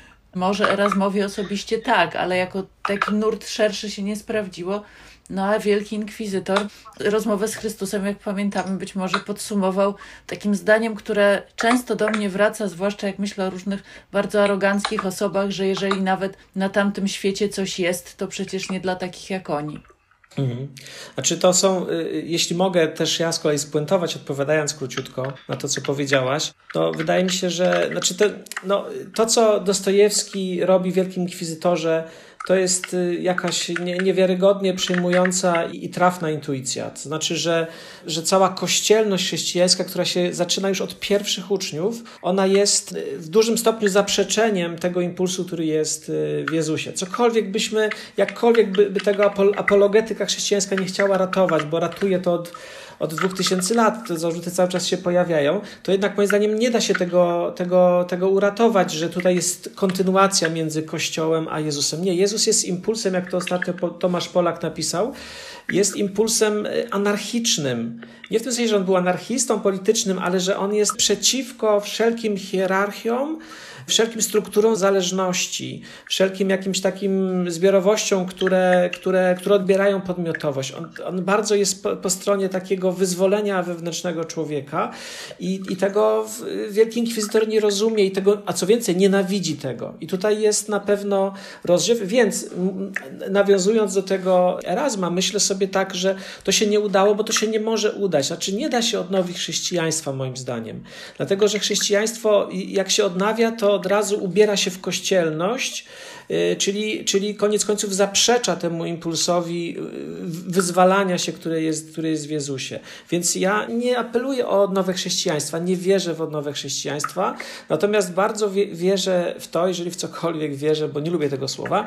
Może Erazmowi osobiście tak, ale jako taki nurt szerszy się nie sprawdziło. No a Wielki Inkwizytor rozmowę z Chrystusem, jak pamiętamy, być może podsumował takim zdaniem, które często do mnie wraca, zwłaszcza jak myślę o różnych bardzo aroganckich osobach, że jeżeli nawet na tamtym świecie coś jest, to przecież nie dla takich jak oni. Mhm. Znaczy to są, jeśli mogę też ja z kolei spuentować, odpowiadając króciutko na to, co powiedziałaś, to wydaje mi się, że znaczy to, no, to co Dostojewski robi w Wielkim Inkwizytorze, to jest jakaś niewiarygodnie przyjmująca i trafna intuicja. To znaczy, że, że cała kościelność chrześcijańska, która się zaczyna już od pierwszych uczniów, ona jest w dużym stopniu zaprzeczeniem tego impulsu, który jest w Jezusie. Cokolwiek byśmy, jakkolwiek by, by tego apologetyka chrześcijańska nie chciała ratować, bo ratuje to od od dwóch tysięcy lat, te zarzuty cały czas się pojawiają, to jednak moim zdaniem nie da się tego, tego, tego uratować, że tutaj jest kontynuacja między Kościołem a Jezusem. Nie, Jezus jest impulsem, jak to ostatnio Tomasz Polak napisał, jest impulsem anarchicznym. Nie w tym sensie, że on był anarchistą politycznym, ale że on jest przeciwko wszelkim hierarchiom, wszelkim strukturom zależności, wszelkim jakimś takim zbiorowościom, które, które, które odbierają podmiotowość. On, on bardzo jest po, po stronie takiego wyzwolenia wewnętrznego człowieka i, i tego Wielki Inkwizytor nie rozumie i tego, a co więcej, nienawidzi tego. I tutaj jest na pewno rozdziew, więc nawiązując do tego Erazma, myślę sobie tak, że to się nie udało, bo to się nie może udać. Znaczy nie da się odnowić chrześcijaństwa moim zdaniem. Dlatego, że chrześcijaństwo jak się odnawia, to od razu ubiera się w kościelność, czyli, czyli koniec końców zaprzecza temu impulsowi wyzwalania się, które jest, które jest w Jezusie. Więc ja nie apeluję o odnowę chrześcijaństwa, nie wierzę w odnowę chrześcijaństwa, natomiast bardzo wierzę w to, jeżeli w cokolwiek wierzę, bo nie lubię tego słowa,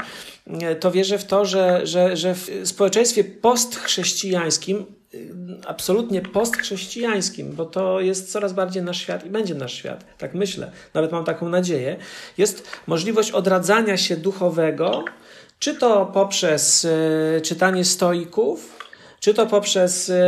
to wierzę w to, że, że, że w społeczeństwie postchrześcijańskim, absolutnie postchrześcijańskim, bo to jest coraz bardziej nasz świat i będzie nasz świat, tak myślę, nawet mam taką nadzieję, jest możliwość odradzania się duchowego, czy to poprzez y, czytanie stoików, czy to poprzez y,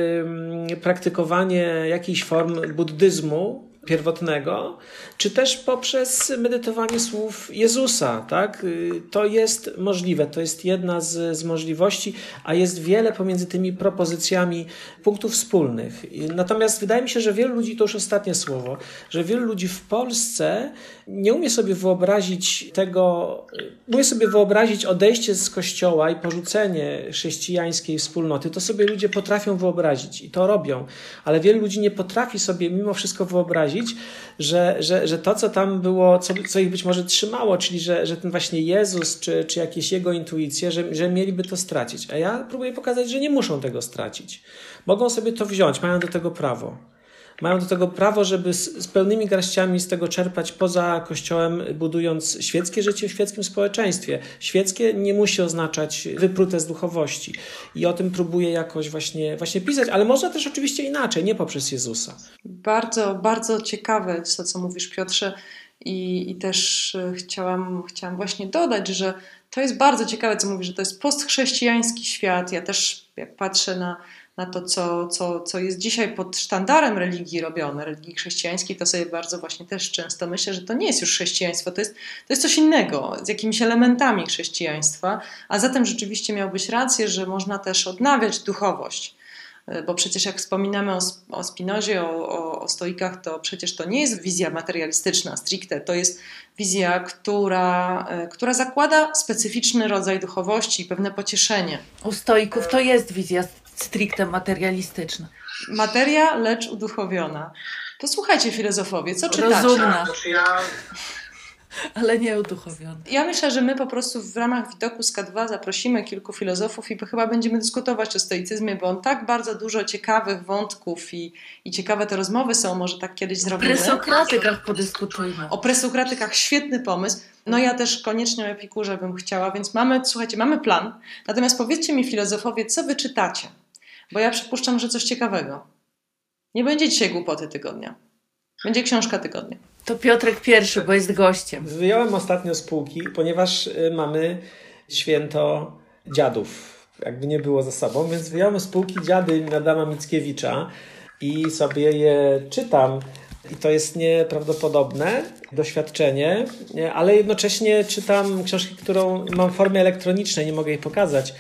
praktykowanie jakichś form buddyzmu pierwotnego, czy też poprzez medytowanie słów Jezusa, tak? To jest możliwe, to jest jedna z, z możliwości, a jest wiele pomiędzy tymi propozycjami punktów wspólnych. Natomiast wydaje mi się, że wielu ludzi, to już ostatnie słowo, że wielu ludzi w Polsce nie umie sobie wyobrazić tego, umie sobie wyobrazić odejście z Kościoła i porzucenie chrześcijańskiej wspólnoty. To sobie ludzie potrafią wyobrazić i to robią, ale wielu ludzi nie potrafi sobie mimo wszystko wyobrazić, że, że, że to, co tam było, co, co ich być może trzymało, czyli że, że ten właśnie Jezus, czy, czy jakieś jego intuicje, że, że mieliby to stracić. A ja próbuję pokazać, że nie muszą tego stracić. Mogą sobie to wziąć, mają do tego prawo. mają do tego prawo, żeby z, z pełnymi garściami z tego czerpać poza Kościołem, budując świeckie życie w świeckim społeczeństwie. Świeckie nie musi oznaczać wyprute z duchowości. I o tym próbuję jakoś właśnie, właśnie pisać, ale można też oczywiście inaczej, nie poprzez Jezusa. Bardzo, bardzo ciekawe jest to, co mówisz, Piotrze. I, i też chciałam, chciałam właśnie dodać, że to jest bardzo ciekawe, co mówisz, że to jest postchrześcijański świat. Ja też jak patrzę na, na to, co, co, co jest dzisiaj pod sztandarem religii robione, religii chrześcijańskiej, to sobie bardzo właśnie też często myślę, że to nie jest już chrześcijaństwo, to jest, to jest coś innego, z jakimiś elementami chrześcijaństwa, a zatem rzeczywiście miałbyś rację, że można też odnawiać duchowość. Bo przecież jak wspominamy o, o Spinozie, o, o, o stoikach, to przecież to nie jest wizja materialistyczna stricte, to jest wizja, która, która zakłada specyficzny rodzaj duchowości i pewne pocieszenie. U stoików to jest wizja stricte materialistyczna. Materia, lecz uduchowiona. To słuchajcie, filozofowie, co czytacie? Rozumna. Ale nie uduchowiony. Ja myślę, że my po prostu w ramach Widoku z K dwa zaprosimy kilku filozofów i chyba będziemy dyskutować o stoicyzmie, bo on tak bardzo dużo ciekawych wątków i, i ciekawe te rozmowy są, może tak kiedyś zrobimy. O presokratykach podyskutujmy. O presokratykach, świetny pomysł. No ja też koniecznie o Epikurze bym chciała, więc mamy, słuchajcie, mamy plan. Natomiast powiedzcie mi, filozofowie, co wy czytacie? Bo ja przypuszczam, że coś ciekawego. Nie będzie dzisiaj głupoty tygodnia. Będzie książka tygodnia. To Piotrek pierwszy, bo jest gościem. Wyjąłem ostatnio z półki, ponieważ mamy święto dziadów. Jakby nie było ze sobą, więc wyjąłem z półki Dziady Adama Mickiewicza i sobie je czytam. I to jest nieprawdopodobne doświadczenie, ale jednocześnie czytam książkę, którą mam w formie elektronicznej, nie mogę jej pokazać.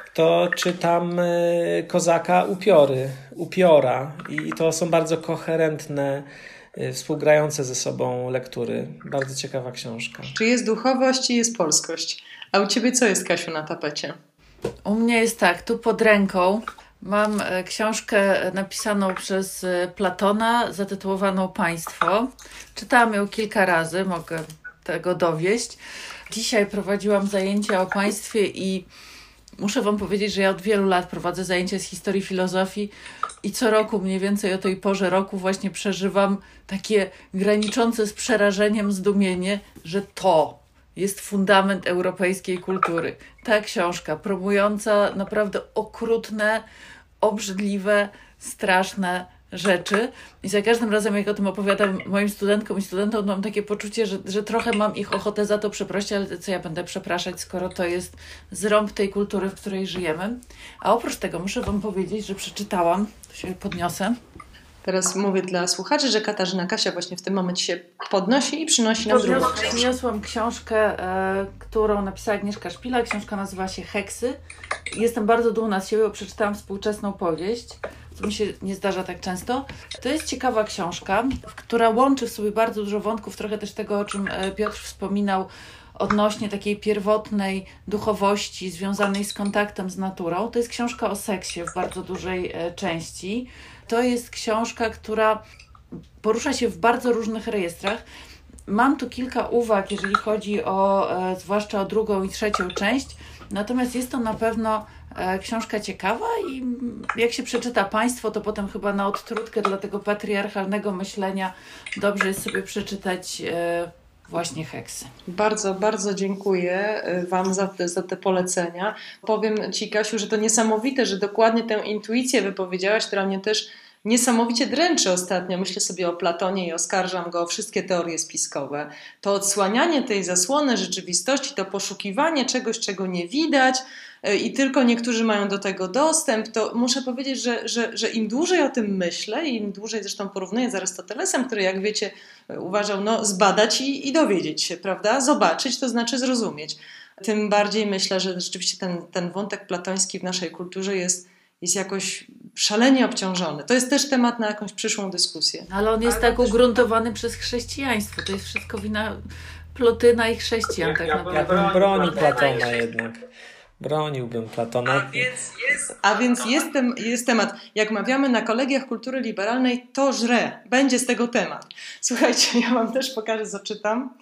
To czytam Kozaka Upiory, Upiora i to są bardzo koherentne, współgrające ze sobą lektury. Bardzo ciekawa książka. Czy jest duchowość i jest polskość. A u ciebie co jest, Kasiu, na tapecie? U mnie jest tak, tu pod ręką mam książkę napisaną przez Platona, zatytułowaną Państwo. Czytałam ją kilka razy, mogę tego dowieść. Dzisiaj prowadziłam zajęcia o państwie i muszę wam powiedzieć, że ja od wielu lat prowadzę zajęcia z historii filozofii i co roku mniej więcej o tej porze roku właśnie przeżywam takie graniczące z przerażeniem zdumienie, że to jest fundament europejskiej kultury. Ta książka promująca naprawdę okrutne, obrzydliwe, straszne rzeczy. I za każdym razem, jak o tym opowiadam moim studentkom i studentom, mam takie poczucie, że, że trochę mam ich ochotę za to przeprosić, ale co ja będę przepraszać, skoro to jest zrąb tej kultury, w której żyjemy. A oprócz tego muszę wam powiedzieć, że przeczytałam, to się podniosę. Teraz mówię dla słuchaczy, że Katarzyna Kasia właśnie w tym momencie się podnosi i przynosi nam drugą książkę. Przyniosłam książkę, e, którą napisała Agnieszka Szpila. Książka nazywa się Heksy. Jestem bardzo dumna z siebie, bo przeczytałam współczesną powieść, co mi się nie zdarza tak często. To jest ciekawa książka, która łączy w sobie bardzo dużo wątków, trochę też tego, o czym Piotr wspominał, odnośnie takiej pierwotnej duchowości związanej z kontaktem z naturą. To jest książka o seksie w bardzo dużej e, części. To jest książka, która porusza się w bardzo różnych rejestrach. Mam tu kilka uwag, jeżeli chodzi o e, zwłaszcza o drugą i trzecią część. Natomiast jest to na pewno e, książka ciekawa i jak się przeczyta Państwo, to potem chyba na odtrutkę dla tego patriarchalnego myślenia dobrze jest sobie przeczytać e, właśnie Heksy. Bardzo, bardzo dziękuję wam za te, za te polecenia. Powiem ci, Kasiu, że to niesamowite, że dokładnie tę intuicję wypowiedziałaś, która mnie też niesamowicie dręczy ostatnio. Myślę sobie o Platonie i oskarżam go o wszystkie teorie spiskowe. To odsłanianie tej zasłony rzeczywistości, to poszukiwanie czegoś, czego nie widać i tylko niektórzy mają do tego dostęp, to muszę powiedzieć, że, że, że im dłużej o tym myślę i im dłużej zresztą porównuję z Arystotelesem, który jak wiecie uważał, no zbadać i, i dowiedzieć się, prawda? Zobaczyć to znaczy zrozumieć. Tym bardziej myślę, że rzeczywiście ten, ten wątek platoński w naszej kulturze jest jest jakoś szalenie obciążony. To jest też temat na jakąś przyszłą dyskusję. Ale on jest Ale tak też... ugruntowany przez chrześcijaństwo. To jest wszystko wina Plotyna i chrześcijan. Tak ja naprawdę. Ja bym bronił Platona jednak. Broniłbym Platona. A więc jest, A więc jest, tem, jest temat. Jak mawiamy na kolegiach kultury liberalnej, to żre. Będzie z tego temat. Słuchajcie, ja wam też pokażę, co czytam.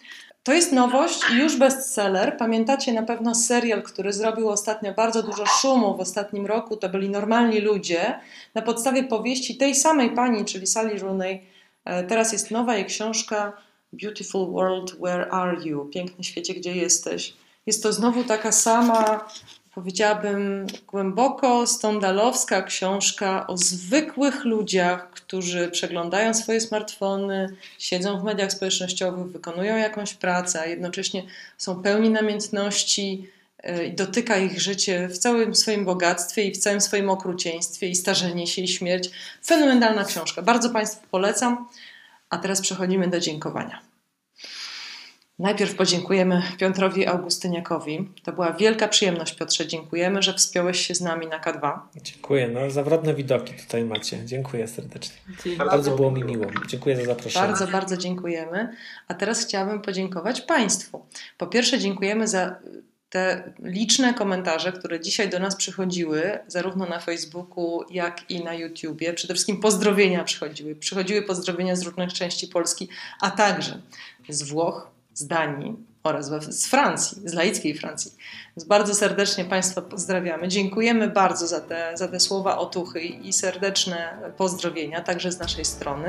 To jest nowość i już bestseller. Pamiętacie na pewno serial, który zrobił ostatnio bardzo dużo szumu w ostatnim roku. To byli Normalni ludzie. Na podstawie powieści tej samej pani, czyli Sally Rooney. Teraz jest nowa jej książka Beautiful World, Where Are You? Piękny świecie, gdzie jesteś? Jest to znowu taka sama, powiedziałabym, głęboko stondalowska książka o zwykłych ludziach, którzy przeglądają swoje smartfony, siedzą w mediach społecznościowych, wykonują jakąś pracę, a jednocześnie są pełni namiętności i dotyka ich życie w całym swoim bogactwie i w całym swoim okrucieństwie i starzenie się i śmierć. Fenomenalna książka. Bardzo Państwu polecam. A teraz przechodzimy do dziękowania. Najpierw podziękujemy Piotrowi Augustyniakowi. To była wielka przyjemność, Piotrze. Dziękujemy, że wspiąłeś się z nami na K dwa. Dziękuję. No, zawrotne widoki tutaj macie. Dziękuję serdecznie. Dziękuję. Bardzo było mi miło. Dziękuję za zaproszenie. Bardzo, bardzo dziękujemy. A teraz chciałabym podziękować Państwu. Po pierwsze dziękujemy za te liczne komentarze, które dzisiaj do nas przychodziły, zarówno na Facebooku, jak i na YouTubie. Przede wszystkim pozdrowienia przychodziły. Przychodziły pozdrowienia z różnych części Polski, a także z Włoch, z Danii oraz z Francji, z laickiej Francji. Więc bardzo serdecznie Państwa pozdrawiamy. Dziękujemy bardzo za te, za te słowa otuchy i serdeczne pozdrowienia, także z naszej strony.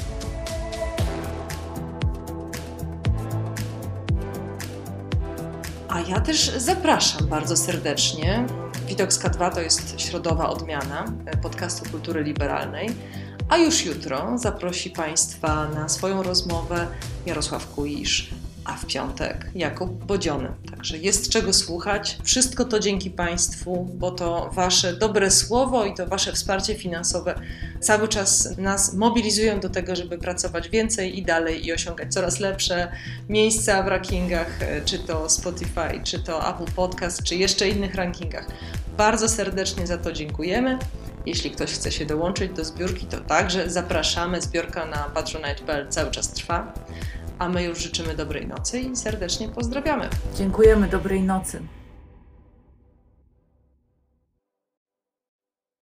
A ja też zapraszam bardzo serdecznie. Widok z K dwa to jest środowa odmiana podcastu Kultury Liberalnej. A już jutro zaprosi Państwa na swoją rozmowę Jarosław Kuisz, a w piątek Jakub Bodziony. Także jest czego słuchać. Wszystko to dzięki Państwu, bo to Wasze dobre słowo i to Wasze wsparcie finansowe cały czas nas mobilizują do tego, żeby pracować więcej i dalej i osiągać coraz lepsze miejsca w rankingach, czy to Spotify, czy to Apple Podcast, czy jeszcze innych rankingach. Bardzo serdecznie za to dziękujemy. Jeśli ktoś chce się dołączyć do zbiórki, to także zapraszamy. Zbiórka na patronite kropka p l cały czas trwa. A my już życzymy dobrej nocy i serdecznie pozdrawiamy. Dziękujemy, dobrej nocy.